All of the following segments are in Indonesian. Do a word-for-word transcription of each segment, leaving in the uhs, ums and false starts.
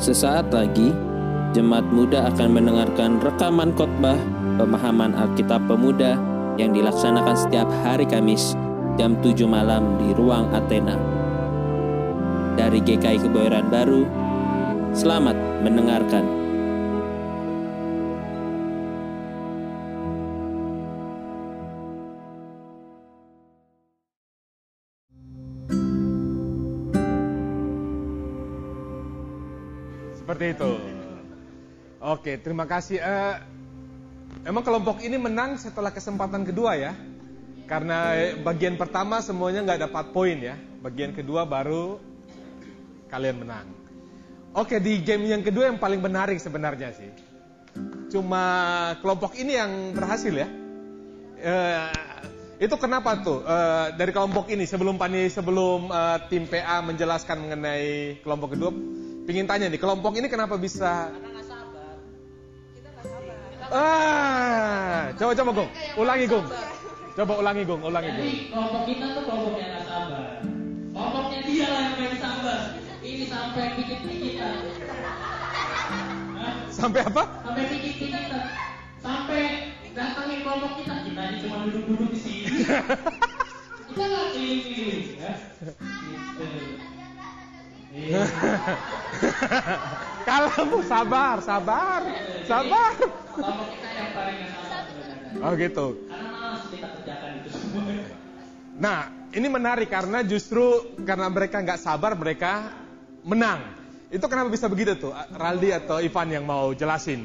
Sesaat lagi, Jemaat Muda akan mendengarkan rekaman khotbah pemahaman Alkitab Pemuda yang dilaksanakan setiap hari Kamis jam tujuh malam di Ruang Athena. Dari G K I Kebayoran Baru, selamat mendengarkan. Seperti itu. Oke, terima kasih. Uh, emang kelompok ini menang setelah kesempatan kedua ya. Karena bagian pertama semuanya nggak dapat poin ya. Bagian kedua baru kalian menang. Oke, di game yang kedua yang paling menarik sebenarnya sih. Cuma kelompok ini yang berhasil ya. Uh, itu kenapa tuh? Uh, dari kelompok ini sebelum Pani sebelum uh, tim P A menjelaskan mengenai kelompok kedua. Pingin tanya nih, kelompok ini kenapa bisa? Karena nggak sabar. Kita nggak sabar. Kita Ah, coba coba Gung, ulangi Gung. Coba ulangi Gung, ulangi Gung. Jadi kelompok kita tuh kelompok yang nggak sabar. Kelompoknya dia lah yang main sabar. Ini sampai pikir-pikiran. Sampai apa? Sampai pikir-pikiran. Sampai datangin kelompok kita. Kita ini cuma duduk-duduk di sini. Kita nggak keliling-keliling. Ya. Gitu. Iya. Kalau sabar, sabar, sabar. Kelompok kita yang paling nggak sabar sebenarnya. Oh gitu. Karena malas kita kerjakan itu semua. Nah, ini menarik karena justru karena mereka nggak sabar, mereka menang. Itu kenapa bisa begitu tuh? Raldi atau Ivan yang mau jelasin?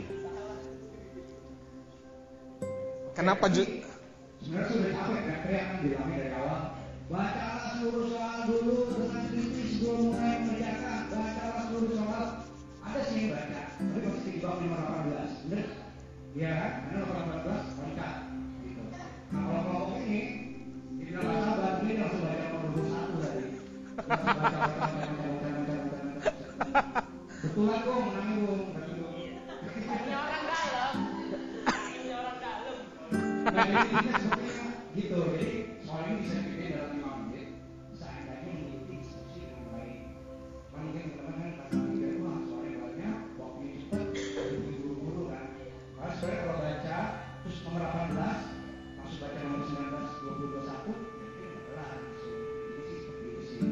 Kenapa? Ju- Sebenarnya sudah capek kan teriakan bilangnya dari awal. Bacalah seluruh soal dulu dengan teliti sebelum mulai mengerjakan. Bacalah seluruh soal. Ada sih yang baca, tapi pasti di bawah lima delapan belas, bener? Iya kan? Karena delapan belas baca. Gitu. Nah kalau kelompok ini, ini nggak sabar, ini langsung baca nomor dua puluh satu tadi. Baca, baca, baca, baca, baca, baca, baca. Betulan kok menangin dong, Ini orang dalam. Ini orang dalam. nah jadi ini sepertinya gitu. Jadi soal ini bisa dipilih dalam lima menit. Seandainya mengikuti diskusi dengan baik. Kan mungkin teman-teman kan pas tiga itu ah soalnya banyak, waktunya cepat, jadi buru-buru kan. Karena sebenarnya kalau baca terus nomor delapan belas langsung baca nomor sembilan belas, dua puluh, dua puluh satu, jadi nggak kelar. Ini sih seperti itu sih.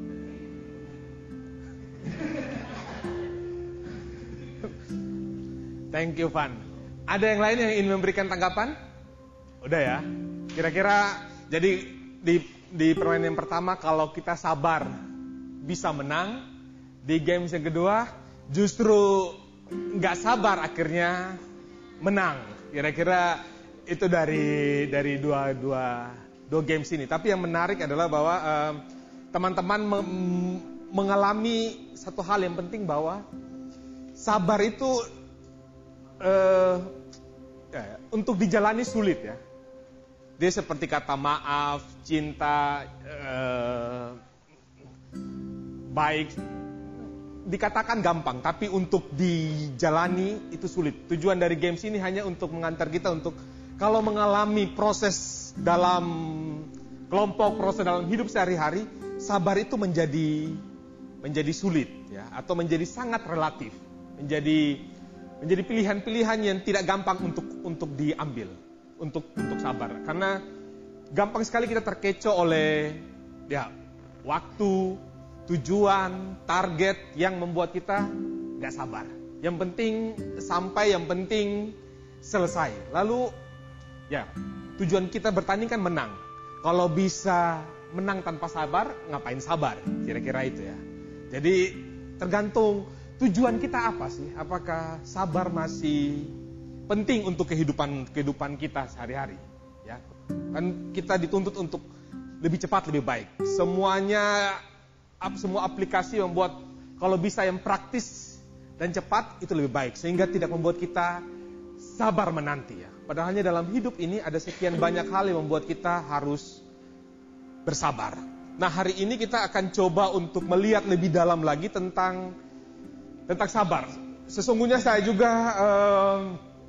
Thank you Van. Ada yang lain yang ingin memberikan tanggapan? Udah ya. Kira-kira jadi di di permainan yang pertama kalau kita sabar bisa menang. Di games yang kedua justru nggak sabar akhirnya menang. Kira-kira itu dari dari dua dua dua games ini. Tapi yang menarik adalah bahwa eh, teman-teman me- mengalami satu hal yang penting bahwa sabar itu eh, ya, untuk dijalani sulit ya. Dia seperti kata maaf, cinta, eh, baik, dikatakan gampang, tapi untuk dijalani itu sulit. Tujuan dari games ini hanya untuk mengantar kita untuk kalau mengalami proses dalam kelompok, proses dalam hidup sehari-hari, sabar itu menjadi menjadi sulit, ya, atau menjadi sangat relatif, menjadi menjadi pilihan-pilihan yang tidak gampang untuk untuk diambil. Untuk untuk sabar, karena gampang sekali kita terkecoh oleh ya waktu, tujuan, target yang membuat kita nggak sabar. Yang penting sampai, yang penting selesai. Lalu ya tujuan kita bertanding kan menang. Kalau bisa menang tanpa sabar, ngapain sabar? Kira-kira itu ya. Jadi tergantung tujuan kita apa sih? Apakah sabar masih penting untuk kehidupan kehidupan kita sehari-hari, ya kan kita dituntut untuk lebih cepat lebih baik. Semuanya, semua aplikasi membuat kalau bisa yang praktis dan cepat itu lebih baik, sehingga tidak membuat kita sabar menanti ya. Padahalnya dalam hidup ini ada sekian banyak hal yang membuat kita harus bersabar. Nah hari ini kita akan coba untuk melihat lebih dalam lagi tentang tentang sabar. Sesungguhnya saya juga eh,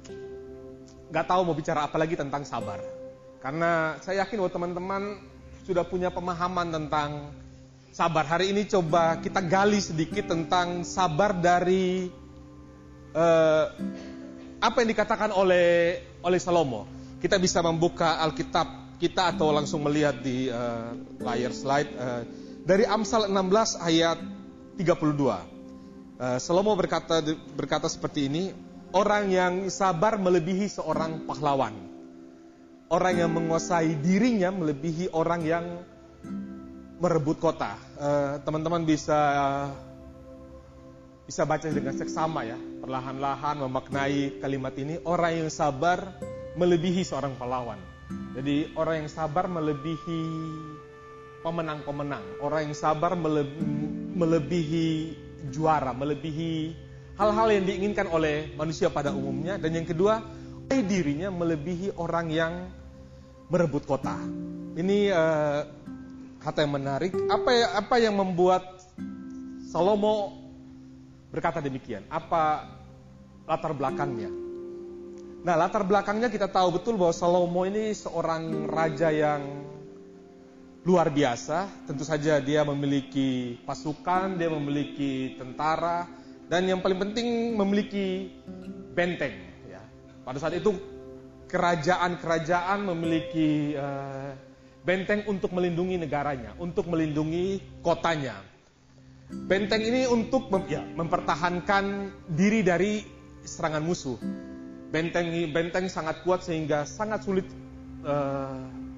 gak tahu mau bicara apa lagi tentang sabar. Karena saya yakin bahwa teman-teman sudah punya pemahaman tentang sabar. Hari ini coba kita gali sedikit tentang sabar dari uh, apa yang dikatakan oleh oleh Salomo. Kita bisa membuka Alkitab kita atau langsung melihat di uh, layar slide uh, dari Amsal enam belas ayat tiga puluh dua. Uh, Salomo berkata berkata seperti ini, orang yang sabar melebihi seorang pahlawan. Orang yang menguasai dirinya melebihi orang yang merebut kota. Uh, teman-teman bisa uh, bisa baca dengan seksama ya, perlahan-lahan memaknai kalimat ini. Orang yang sabar melebihi seorang pahlawan. Jadi orang yang sabar melebihi pemenang-pemenang. Orang yang sabar mele- melebihi juara, melebihi hal-hal yang diinginkan oleh manusia pada umumnya. Dan yang kedua, dirinya melebihi orang yang merebut kota. Ini uh, kata yang menarik. Apa apa yang membuat Salomo berkata demikian? Apa latar belakangnya? Nah, latar belakangnya kita tahu betul bahwa Salomo ini seorang raja yang luar biasa. Tentu saja dia memiliki pasukan, dia memiliki tentara, dan yang paling penting memiliki benteng. Ya. Pada saat itu kerajaan-kerajaan memiliki uh, benteng untuk melindungi negaranya, untuk melindungi kotanya. Benteng ini untuk mem- ya, mempertahankan diri dari serangan musuh. Benteng benteng sangat kuat sehingga sangat sulit uh,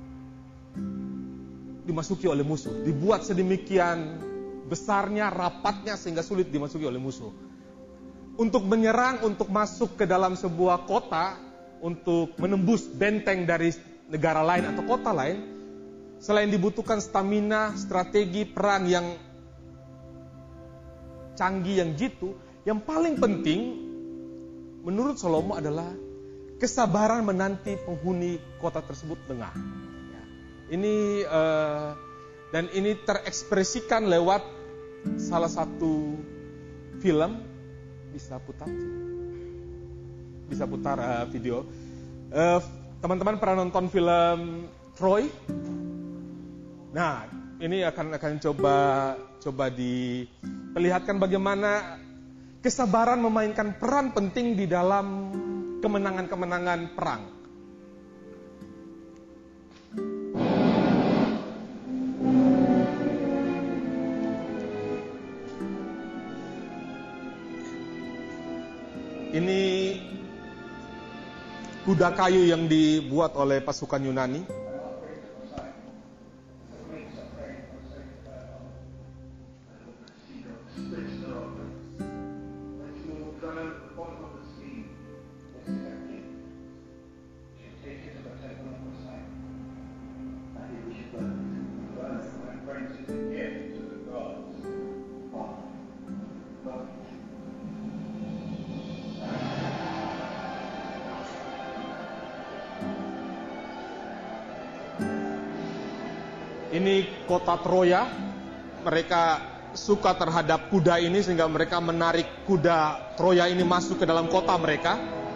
dimasuki oleh musuh. Dibuat sedemikian besarnya, rapatnya sehingga sulit dimasuki oleh musuh. Untuk menyerang, untuk masuk ke dalam sebuah kota, untuk menembus benteng dari negara lain atau kota lain, selain dibutuhkan stamina, strategi perang yang canggih, yang jitu, yang paling penting menurut Salomo adalah kesabaran menanti penghuni kota tersebut lengah. Ya. Ini uh, dan ini terekspresikan lewat salah satu film. Bisa putar, bisa putar uh, video. Uh, teman-teman pernah nonton film Troy? Nah, ini akan akan coba coba diperlihatkan bagaimana kesabaran memainkan peran penting di dalam kemenangan-kemenangan perang. Ini kuda kayu yang dibuat oleh pasukan Yunani. Ini kota Troya. Mereka suka terhadap kuda ini sehingga mereka menarik kuda Troya ini masuk ke dalam kota mereka.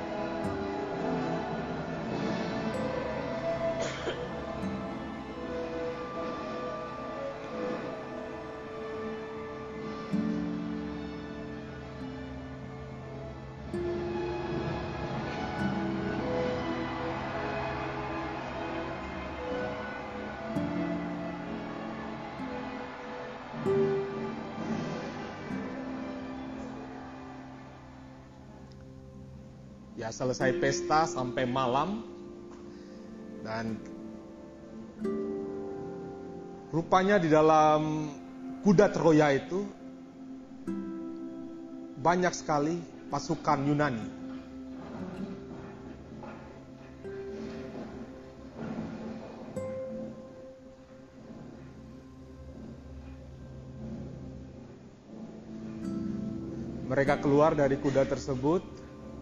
Ya, selesai pesta sampai malam, dan rupanya di dalam kuda Troya itu banyak sekali pasukan Yunani. Mereka keluar dari kuda tersebut.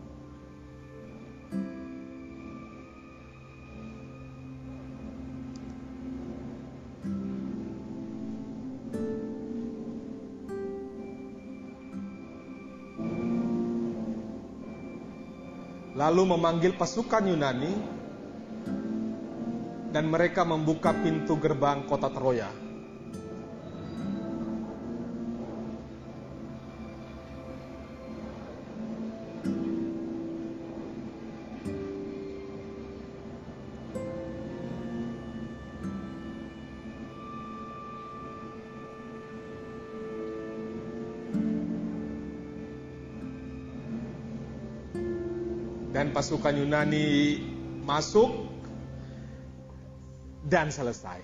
Lalu memanggil pasukan Yunani, dan mereka membuka pintu gerbang kota Troya. Dan pasukan Yunani masuk dan selesai.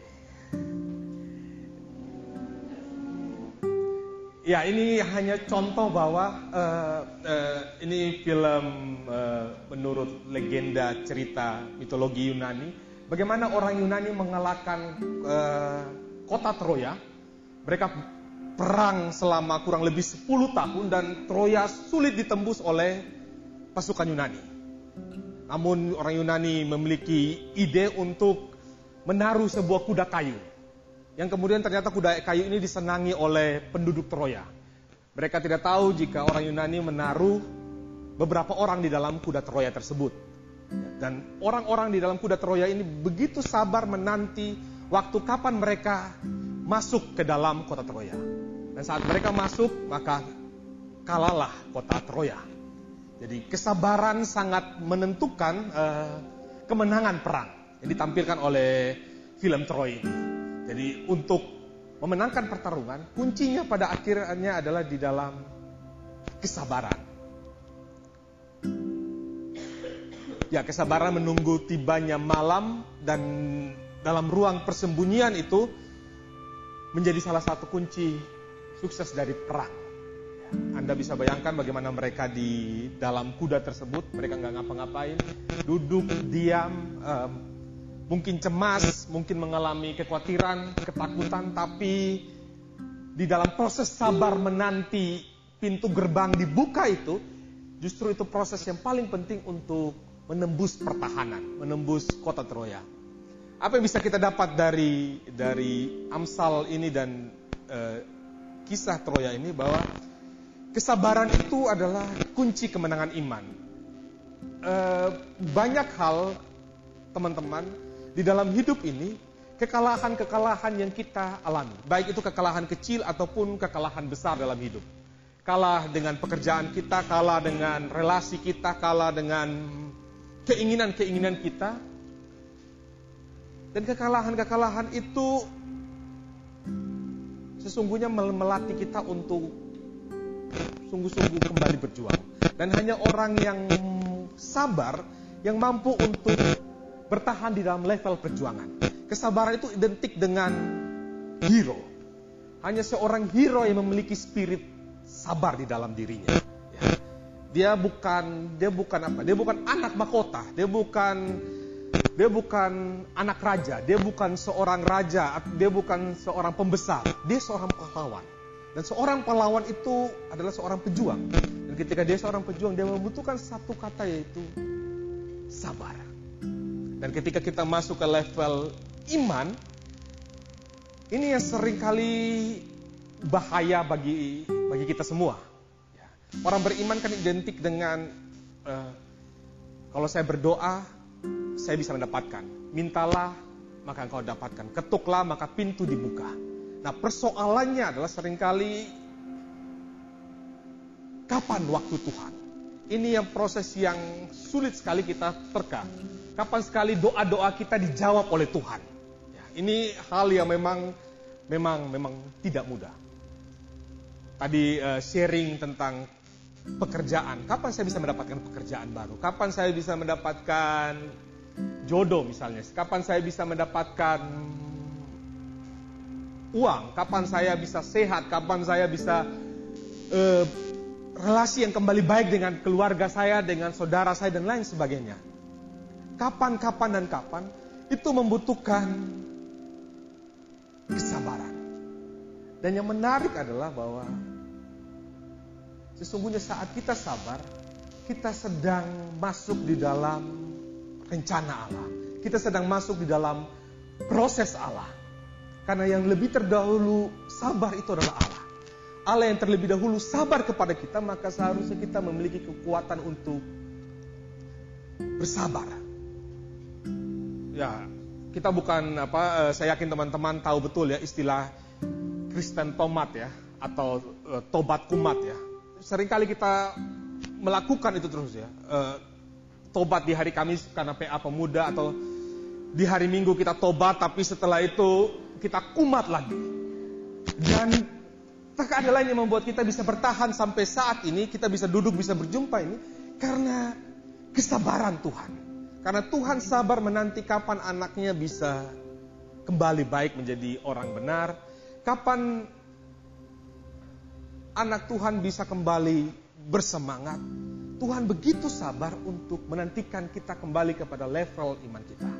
Ya, ini hanya contoh bahwa uh, uh, ini film uh, menurut legenda cerita mitologi Yunani. Bagaimana orang Yunani mengalahkan uh, kota Troya. Mereka perang selama kurang lebih sepuluh tahun dan Troya sulit ditembus oleh pasukan Yunani. Namun orang Yunani memiliki ide untuk menaruh sebuah kuda kayu. Yang kemudian ternyata kuda kayu ini disenangi oleh penduduk Troya. Mereka tidak tahu jika orang Yunani menaruh beberapa orang di dalam kuda Troya tersebut. Dan orang-orang di dalam kuda Troya ini begitu sabar menanti waktu kapan mereka masuk ke dalam kota Troya. Dan saat mereka masuk, maka kalahlah kota Troya. Jadi kesabaran sangat menentukan uh, kemenangan perang yang ditampilkan oleh film Troy ini. Jadi untuk memenangkan pertarungan, kuncinya pada akhirnya adalah di dalam kesabaran. Ya, kesabaran menunggu tibanya malam dan dalam ruang persembunyian itu menjadi salah satu kunci sukses dari perang. Anda bisa bayangkan bagaimana mereka di dalam kuda tersebut, mereka nggak ngapa-ngapain, duduk, diam, um, mungkin cemas, mungkin mengalami kekhawatiran, ketakutan, tapi di dalam proses sabar menanti pintu gerbang dibuka itu, justru itu proses yang paling penting untuk menembus pertahanan, menembus kota Troya. Apa yang bisa kita dapat dari dari Amsal ini dan uh, kisah Troya ini, bahwa kesabaran itu adalah kunci kemenangan iman. Uh, banyak hal, teman-teman, di dalam hidup ini, kekalahan-kekalahan yang kita alami, baik itu kekalahan kecil ataupun kekalahan besar dalam hidup. Kalah dengan pekerjaan kita, kalah dengan relasi kita, kalah dengan keinginan-keinginan kita. Dan kekalahan-kekalahan itu sesungguhnya melatih kita untuk sungguh-sungguh kembali berjuang. Dan hanya orang yang sabar yang mampu untuk bertahan di dalam level perjuangan. Kesabaran itu identik dengan hero. Hanya seorang hero yang memiliki spirit sabar di dalam dirinya. Ya. Dia bukan, dia bukan apa? Dia bukan anak mahkota. Dia bukan, dia bukan anak raja. Dia bukan seorang raja. Dia bukan seorang pembesar. Dia seorang pahlawan. Dan seorang pahlawan itu adalah seorang pejuang. Dan ketika dia seorang pejuang, dia membutuhkan satu kata, yaitu sabar. Dan ketika kita masuk ke level iman, ini yang seringkali bahaya bagi bagi kita semua. Orang beriman kan identik dengan uh, kalau saya berdoa, saya bisa mendapatkan. Mintalah, maka engkau dapatkan. Ketuklah, maka pintu dibuka. Nah, persoalannya adalah seringkali kapan waktu Tuhan? Ini yang proses yang sulit sekali kita terka. Kapan sekali doa-doa kita dijawab oleh Tuhan? Ya, ini hal yang memang memang memang tidak mudah. Tadi uh, sharing tentang pekerjaan. Kapan saya bisa mendapatkan pekerjaan baru? Kapan saya bisa mendapatkan jodoh misalnya? Kapan saya bisa mendapatkan uang? Kapan saya bisa sehat? Kapan saya bisa uh, relasi yang kembali baik dengan keluarga saya, dengan saudara saya, dan lain sebagainya? Kapan, kapan, dan kapan, itu membutuhkan kesabaran. Dan yang menarik adalah bahwa sesungguhnya saat kita sabar, kita sedang masuk di dalam rencana Allah. Kita sedang masuk di dalam proses Allah. Karena yang lebih terdahulu sabar itu adalah Allah. Allah yang terlebih dahulu sabar kepada kita, maka seharusnya kita memiliki kekuatan untuk bersabar. Ya, kita bukan apa, saya yakin teman-teman tahu betul ya istilah Kristen tomat ya, atau uh, tobat kumat ya. Seringkali kita melakukan itu terus ya. Uh, tobat di hari Kamis karena P A Pemuda, atau di hari Minggu kita tobat, tapi setelah itu kita kumat lagi. Dan tak ada lain yang membuat kita bisa bertahan sampai saat ini, kita bisa duduk, bisa berjumpa ini, karena kesabaran Tuhan. Karena Tuhan sabar menanti kapan anaknya bisa kembali baik menjadi orang benar. Kapan anak Tuhan bisa kembali bersemangat. Tuhan begitu sabar untuk menantikan kita kembali kepada level iman kita.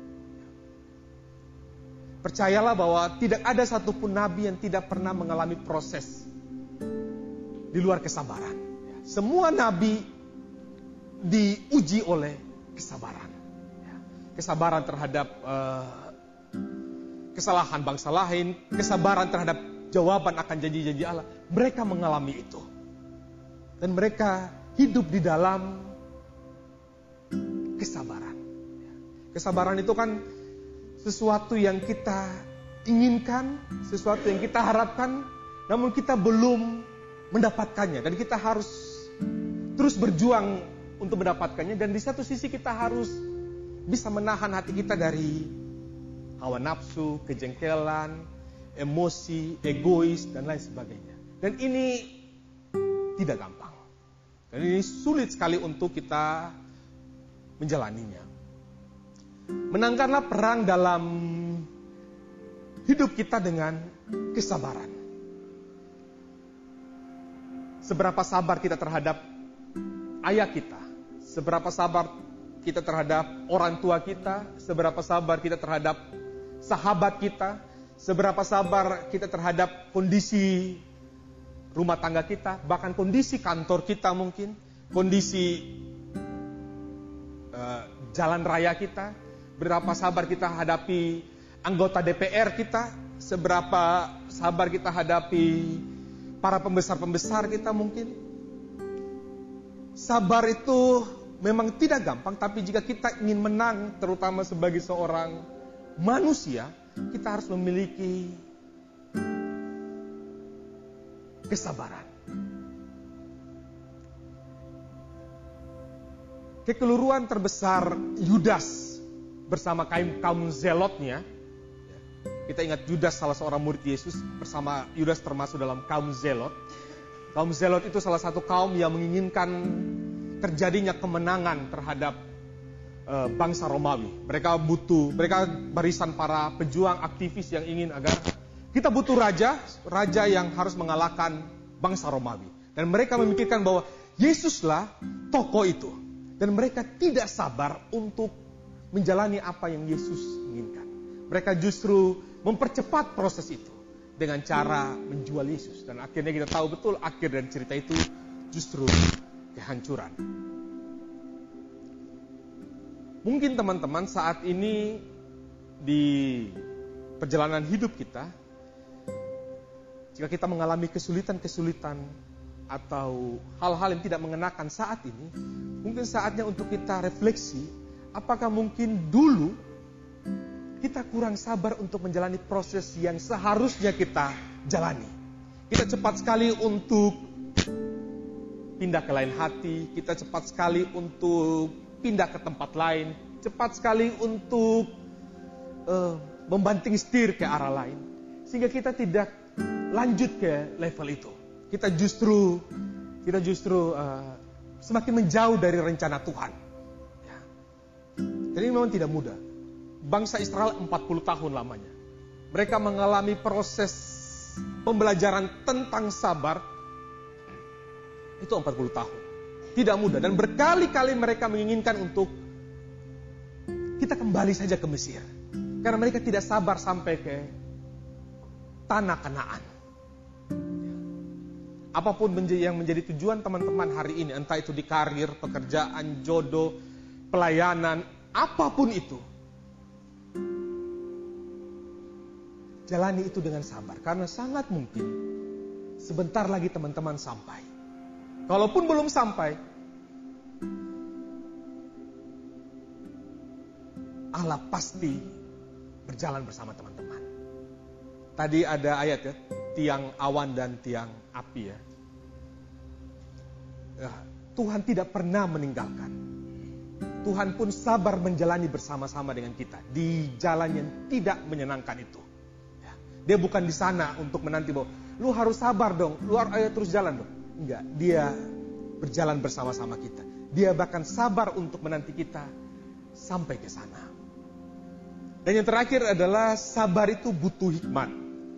Percayalah bahwa tidak ada satupun nabi yang tidak pernah mengalami proses di luar kesabaran. Semua nabi diuji oleh kesabaran. Kesabaran terhadap uh, kesalahan bangsa lain, kesabaran terhadap jawaban akan janji-janji Allah. Mereka mengalami itu. Dan mereka hidup di dalam kesabaran. Kesabaran itu kan sesuatu yang kita inginkan, sesuatu yang kita harapkan, namun kita belum mendapatkannya. Dan kita harus terus berjuang untuk mendapatkannya. Dan di satu sisi kita harus bisa menahan hati kita dari hawa nafsu, kejengkelan, emosi, egois, dan lain sebagainya. Dan ini tidak gampang. Dan ini sulit sekali untuk kita menjalaninya. Menangkanlah perang dalam hidup kita dengan kesabaran. Seberapa sabar kita terhadap ayah kita, seberapa sabar kita terhadap orang tua kita, seberapa sabar kita terhadap sahabat kita, seberapa sabar kita terhadap kondisi rumah tangga kita, bahkan kondisi kantor kita mungkin, kondisi uh, jalan raya kita, berapa sabar kita hadapi anggota D P R kita, seberapa sabar kita hadapi para pembesar-pembesar kita mungkin. Sabar itu memang tidak gampang, tapi jika kita ingin menang, terutama sebagai seorang manusia, kita harus memiliki kesabaran. Kekeliruan terbesar Yudas bersama kaum, kaum zelotnya. Kita ingat Yudas salah seorang murid Yesus, bersama Yudas termasuk dalam kaum zelot. Kaum zelot itu salah satu kaum yang menginginkan terjadinya kemenangan terhadap uh, bangsa Romawi. Mereka butuh, mereka barisan para pejuang aktivis yang ingin agar kita butuh raja, raja yang harus mengalahkan bangsa Romawi. Dan mereka memikirkan bahwa Yesuslah tokoh itu. Dan mereka tidak sabar untuk menjalani apa yang Yesus inginkan. Mereka justru mempercepat proses itu dengan cara menjual Yesus. Dan akhirnya kita tahu betul akhir dari cerita itu justru kehancuran. Mungkin teman-teman saat ini di perjalanan hidup kita, jika kita mengalami kesulitan-kesulitan atau hal-hal yang tidak mengenakan saat ini, mungkin saatnya untuk kita refleksi, apakah mungkin dulu kita kurang sabar untuk menjalani proses yang seharusnya kita jalani. Kita cepat sekali untuk pindah ke lain hati, kita cepat sekali untuk pindah ke tempat lain, cepat sekali untuk uh, membanting setir ke arah lain, sehingga kita tidak lanjut ke level itu. Kita justru kita justru uh, semakin menjauh dari rencana Tuhan. Ya. Jadi memang tidak mudah. Bangsa Israel empat puluh tahun lamanya. Mereka mengalami proses pembelajaran tentang sabar itu empat puluh tahun. Tidak mudah. Dan berkali-kali mereka menginginkan untuk kita kembali saja ke Mesir. Karena mereka tidak sabar sampai ke tanah Kanaan. Apapun yang menjadi tujuan teman-teman hari ini, entah itu di karir, pekerjaan, jodoh, pelayanan, apapun itu, jalani itu dengan sabar. Karena sangat mungkin sebentar lagi teman-teman sampai. Kalaupun belum sampai, Allah pasti berjalan bersama teman-teman. Tadi ada ayat ya, tiang awan dan tiang api ya. Tuhan tidak pernah meninggalkan. Tuhan pun sabar menjalani bersama-sama dengan kita di jalan yang tidak menyenangkan itu. Dia bukan di sana untuk menanti bahwa lu harus sabar dong, lu harus ayo terus jalan dong. Enggak, dia berjalan bersama-sama kita. Dia bahkan sabar untuk menanti kita sampai ke sana. Dan yang terakhir adalah sabar itu butuh hikmat.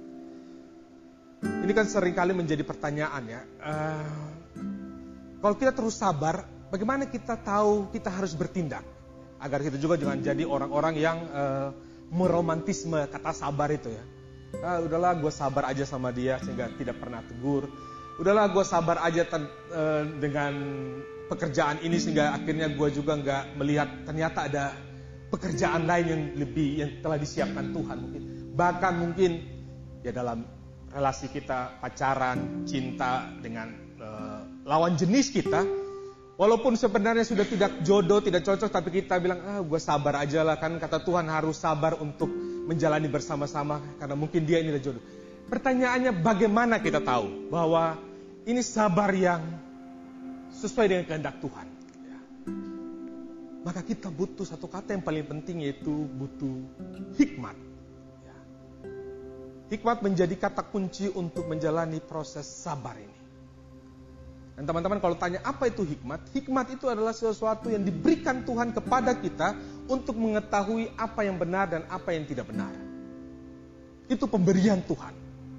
Ini kan seringkali menjadi pertanyaan ya. Uh, kalau kita terus sabar, bagaimana kita tahu kita harus bertindak? Agar kita juga jangan jadi orang-orang yang uh, meromantisme kata sabar itu ya. Ah, udahlah gue sabar aja sama dia sehingga tidak pernah tegur. Udahlah gue sabar aja ten, uh, dengan pekerjaan ini sehingga akhirnya gue juga nggak melihat ternyata ada pekerjaan lain yang lebih yang telah disiapkan Tuhan mungkin. Bahkan mungkin ya dalam relasi kita pacaran, cinta dengan uh, lawan jenis kita, walaupun sebenarnya sudah tidak jodoh, tidak cocok, tapi kita bilang ah gue sabar aja lah, kan kata Tuhan harus sabar untuk menjalani bersama-sama karena mungkin dia ini adalah jodoh. Pertanyaannya bagaimana kita tahu bahwa ini sabar yang sesuai dengan kehendak Tuhan? Ya. Maka kita butuh satu kata yang paling penting, yaitu butuh hikmat. Ya. Hikmat menjadi kata kunci untuk menjalani proses sabar ini. Dan teman-teman kalau tanya apa itu hikmat? Hikmat itu adalah sesuatu yang diberikan Tuhan kepada kita untuk mengetahui apa yang benar dan apa yang tidak benar. Itu pemberian Tuhan.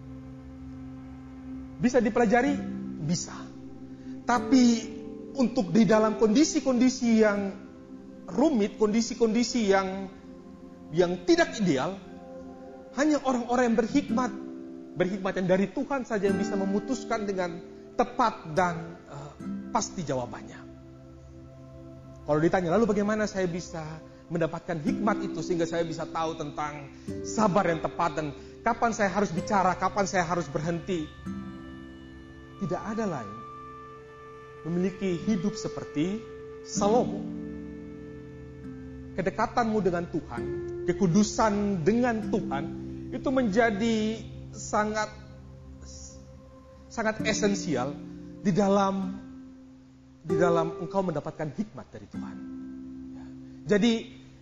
Bisa dipelajari? Bisa. Tapi untuk di dalam kondisi-kondisi yang rumit, kondisi-kondisi yang yang tidak ideal, hanya orang-orang yang berhikmat, berhikmat yang dari Tuhan saja yang bisa memutuskan dengan tepat dan uh, pasti jawabannya. Kalau ditanya, lalu bagaimana saya bisa mendapatkan hikmat itu sehingga saya bisa tahu tentang sabar yang tepat dan kapan saya harus bicara, kapan saya harus berhenti. Tidak ada lain memiliki hidup seperti Salomo. Kedekatanmu dengan Tuhan, kekudusan dengan Tuhan itu menjadi sangat sangat esensial di dalam di dalam engkau mendapatkan hikmat dari Tuhan. Jadi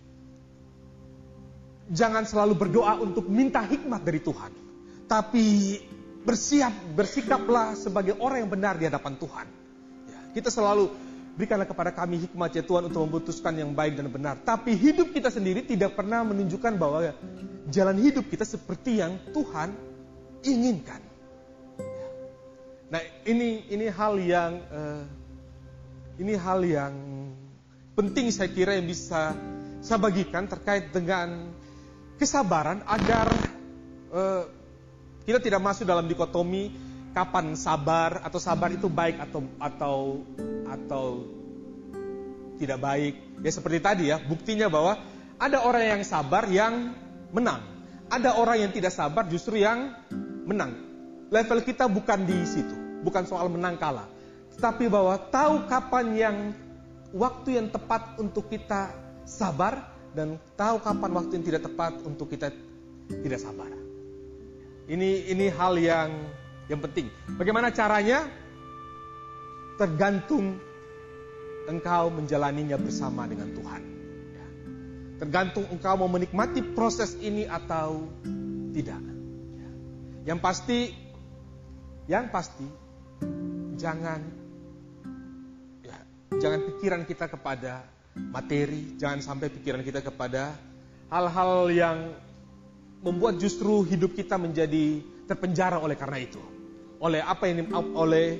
jangan selalu berdoa untuk minta hikmat dari Tuhan, tapi bersiap, bersikaplah sebagai orang yang benar di hadapan Tuhan. Ya, kita selalu berikanlah kepada kami hikmat ya Tuhan untuk memutuskan yang baik dan benar. Tapi hidup kita sendiri tidak pernah menunjukkan bahwa jalan hidup kita seperti yang Tuhan inginkan. Ya. Nah ini ini hal yang uh, ini hal yang penting saya kira yang bisa saya bagikan terkait dengan kesabaran agar uh, kita tidak masuk dalam dikotomi kapan sabar atau sabar itu baik atau atau atau tidak baik. Ya seperti tadi ya, buktinya bahwa ada orang yang sabar yang menang. Ada orang yang tidak sabar justru yang menang. Level kita bukan di situ, bukan soal menang kalah. Tetapi bahwa tahu kapan yang waktu yang tepat untuk kita sabar dan tahu kapan waktu yang tidak tepat untuk kita tidak sabar. Ini ini hal yang yang penting. Bagaimana caranya? Tergantung engkau menjalaninya bersama dengan Tuhan. Ya. Tergantung engkau mau menikmati proses ini atau tidak. Ya. Yang pasti, yang pasti, jangan, ya, jangan pikiran kita kepada materi, jangan sampai pikiran kita kepada hal-hal yang membuat justru hidup kita menjadi terpenjara oleh karena itu. Oleh apa yang oleh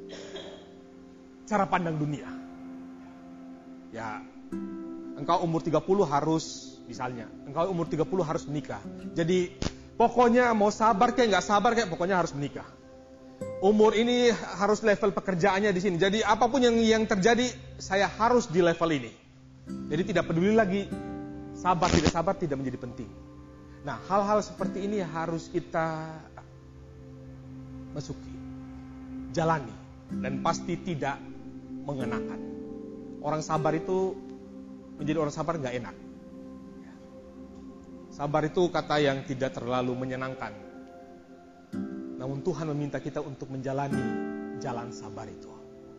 cara pandang dunia. Ya, engkau umur tiga puluh harus, misalnya, engkau umur tiga puluh harus menikah. Jadi, pokoknya mau sabar kayak nggak sabar kayak pokoknya harus menikah. Umur ini harus level pekerjaannya di sini. Jadi, apapun yang yang terjadi, saya harus di level ini. Jadi, tidak peduli lagi sabar tidak sabar tidak menjadi penting. Nah, hal-hal seperti ini harus kita masuki, jalani, dan pasti tidak mengenakan. Orang sabar itu, menjadi orang sabar gak enak. Sabar itu kata yang tidak terlalu menyenangkan. Namun Tuhan meminta kita untuk menjalani jalan sabar itu.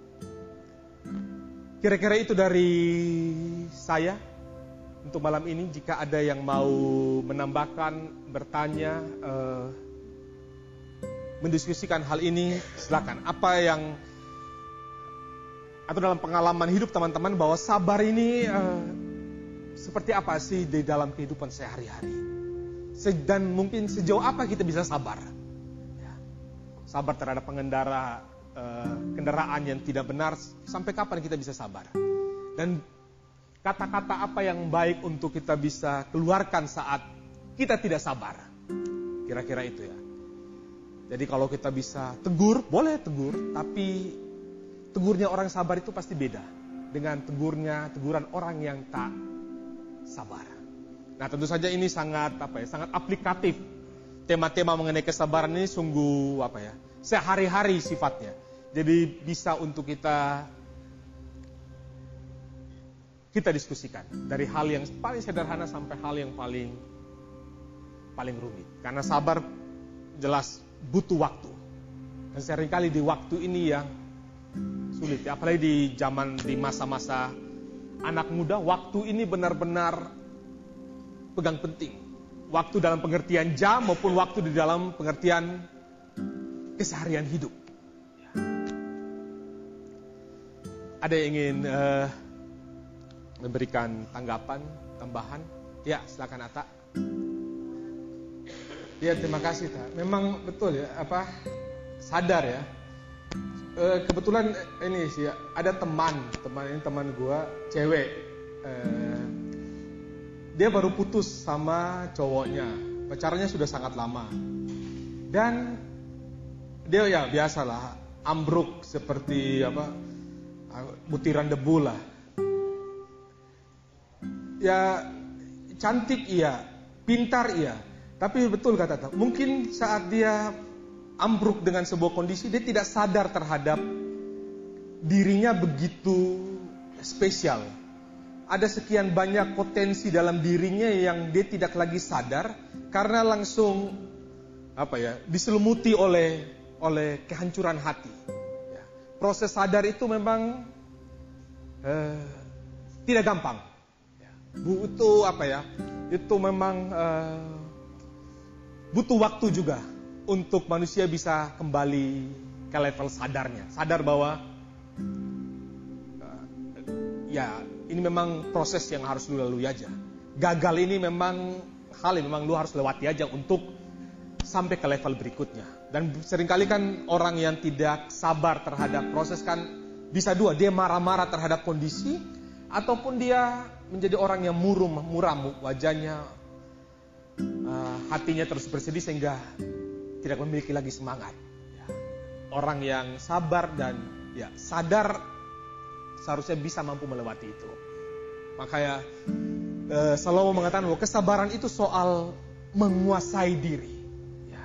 Kira-kira itu dari saya untuk malam ini. Jika ada yang mau menambahkan, bertanya, uh, mendiskusikan hal ini, silakan. Apa yang atau dalam pengalaman hidup teman-teman bahwa sabar ini uh, seperti apa sih di dalam kehidupan sehari-hari. Se- dan mungkin sejauh apa kita bisa sabar. Ya. Sabar terhadap pengendara uh, kendaraan yang tidak benar, sampai kapan kita bisa sabar. Dan kata-kata apa yang baik untuk kita bisa keluarkan saat kita tidak sabar. Kira-kira itu ya. Jadi kalau kita bisa tegur, boleh tegur, tapi tegurnya orang sabar itu pasti beda dengan tegurnya teguran orang yang tak sabar. Nah, tentu saja ini sangat apa ya, sangat aplikatif. Tema-tema mengenai kesabaran ini sungguh apa ya, sehari-hari sifatnya. Jadi bisa untuk kita kita diskusikan dari hal yang paling sederhana sampai hal yang paling paling rumit. Karena sabar jelas butuh waktu. Dan seringkali di waktu ini yang sulit, apalagi di zaman, di masa-masa anak muda, waktu ini benar-benar pegang penting. Waktu dalam pengertian jam maupun waktu di dalam pengertian keseharian hidup. Ada yang ingin uh, memberikan tanggapan, tambahan? Ya, silakan Atta. Ya, terima kasih, Ta. Memang betul ya, apa sadar ya. E, kebetulan ini sih ada teman, teman ini teman gua cewek. E, dia baru putus sama cowoknya. Pacarannya sudah sangat lama. Dan dia ya biasalah ambruk seperti apa butiran debu lah. Ya cantik iya, pintar iya. Tapi betul kata Tata, mungkin saat dia ambruk dengan sebuah kondisi, dia tidak sadar terhadap dirinya begitu spesial. Ada sekian banyak potensi dalam dirinya yang dia tidak lagi sadar, karena langsung apa ya, diselumuti oleh oleh kehancuran hati. Ya. Proses sadar itu memang eh, tidak gampang. Ya. Bu, itu apa ya? Itu memang eh, butuh waktu juga untuk manusia bisa kembali ke level sadarnya. Sadar bahwa uh, ya ini memang proses yang harus lu lalui aja. Gagal ini memang hal yang memang lu harus lewati aja untuk sampai ke level berikutnya. Dan seringkali kan orang yang tidak sabar terhadap proses kan bisa dua. Dia marah-marah terhadap kondisi, ataupun dia menjadi orang yang muram, muram wajahnya, Uh, hatinya terus bersedih sehingga tidak memiliki lagi semangat. Ya. Orang yang sabar dan ya sadar seharusnya bisa mampu melewati itu. Makanya uh, Salomo mengatakan bahwa kesabaran itu soal menguasai diri. Ya.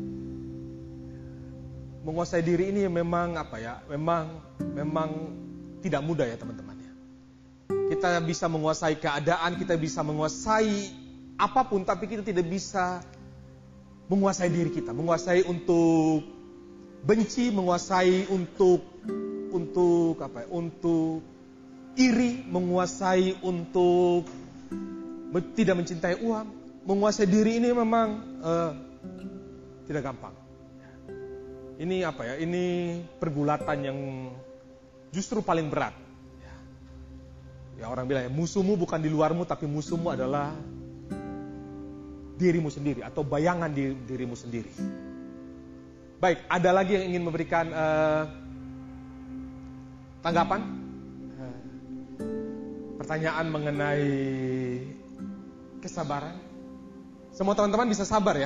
Menguasai diri ini memang apa ya? Memang memang tidak mudah ya teman-teman ya. Kita bisa menguasai keadaan, kita bisa menguasai apapun, tapi kita tidak bisa menguasai diri kita, menguasai untuk benci, menguasai untuk untuk apa ya, untuk iri, menguasai untuk tidak mencintai uang, menguasai diri ini memang uh, tidak gampang. Ini apa ya? Ini pergulatan yang justru paling berat. Ya orang bilang ya, musuhmu bukan di luarmu, tapi musuhmu adalah dirimu sendiri atau bayangan di dirimu sendiri. Baik, ada lagi yang ingin memberikan uh, tanggapan? Uh, pertanyaan mengenai kesabaran. Semua teman-teman bisa sabar ya?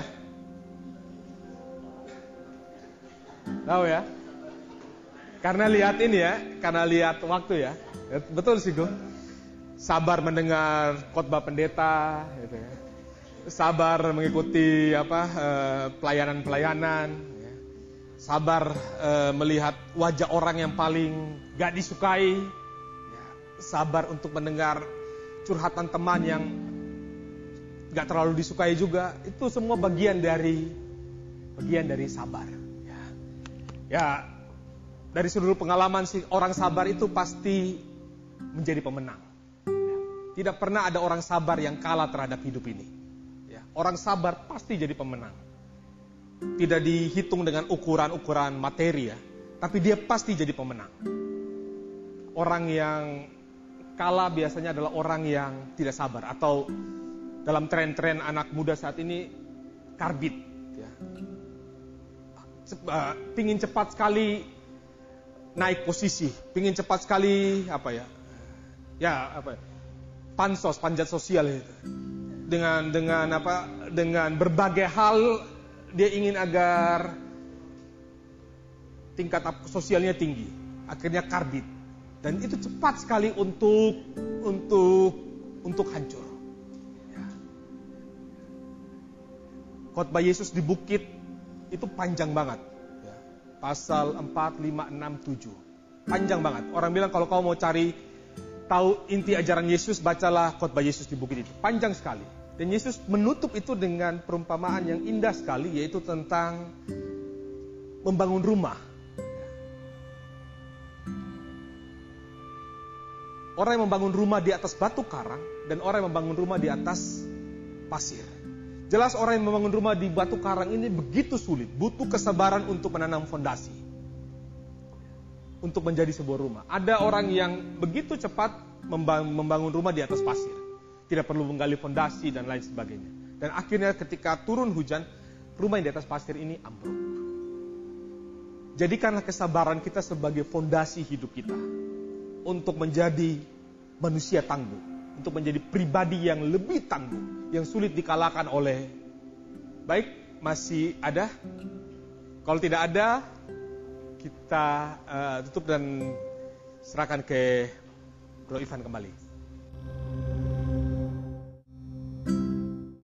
Tahu ya? Karena lihat ini ya, karena lihat waktu ya. Betul sih Go. Sabar mendengar khotbah pendeta gitu ya. Sabar mengikuti apa eh, pelayanan-pelayanan, ya. Sabar eh, melihat wajah orang yang paling gak disukai, ya. Sabar untuk mendengar curhatan teman yang gak terlalu disukai juga. Itu semua bagian dari bagian dari sabar. Ya, ya dari seluruh pengalaman sih orang sabar itu pasti menjadi pemenang. Ya. Tidak pernah ada orang sabar yang kalah terhadap hidup ini. Orang sabar pasti jadi pemenang. Tidak dihitung dengan ukuran-ukuran materi ya, tapi dia pasti jadi pemenang. orang yang kalah biasanya adalah orang yang tidak sabar, atau dalam tren-tren anak muda saat ini karbit, ya. Pingin cepat sekali naik posisi, pingin cepat sekali apa ya, ya apa, ya, pansos, panjat sosial itu. Dengan dengan apa, dengan berbagai hal dia ingin agar tingkat sosialnya tinggi, akhirnya karbit, dan itu cepat sekali untuk untuk untuk hancur. Ya. Khotbah Yesus di bukit itu panjang banget. Ya. Pasal empat, lima, enam, tujuh. Panjang banget. Orang bilang kalau kau mau cari tahu inti ajaran Yesus, bacalah khotbah Yesus di bukit itu. Panjang sekali. Dan Yesus menutup itu dengan perumpamaan yang indah sekali, yaitu tentang membangun rumah. Orang yang membangun rumah di atas batu karang dan orang yang membangun rumah di atas pasir. Jelas orang yang membangun rumah di batu karang ini begitu sulit, butuh kesabaran untuk menanam fondasi, untuk menjadi sebuah rumah. Ada orang yang begitu cepat membangun rumah di atas pasir, tidak perlu menggali fondasi dan lain sebagainya. Dan akhirnya ketika turun hujan, rumah yang di atas pasir ini ambruk. Jadikanlah kesabaran kita sebagai fondasi hidup kita, untuk menjadi manusia tangguh, untuk menjadi pribadi yang lebih tangguh, yang sulit dikalahkan oleh. Baik, masih ada? Kalau tidak ada, kita uh, tutup dan serahkan ke Bro Ivan kembali.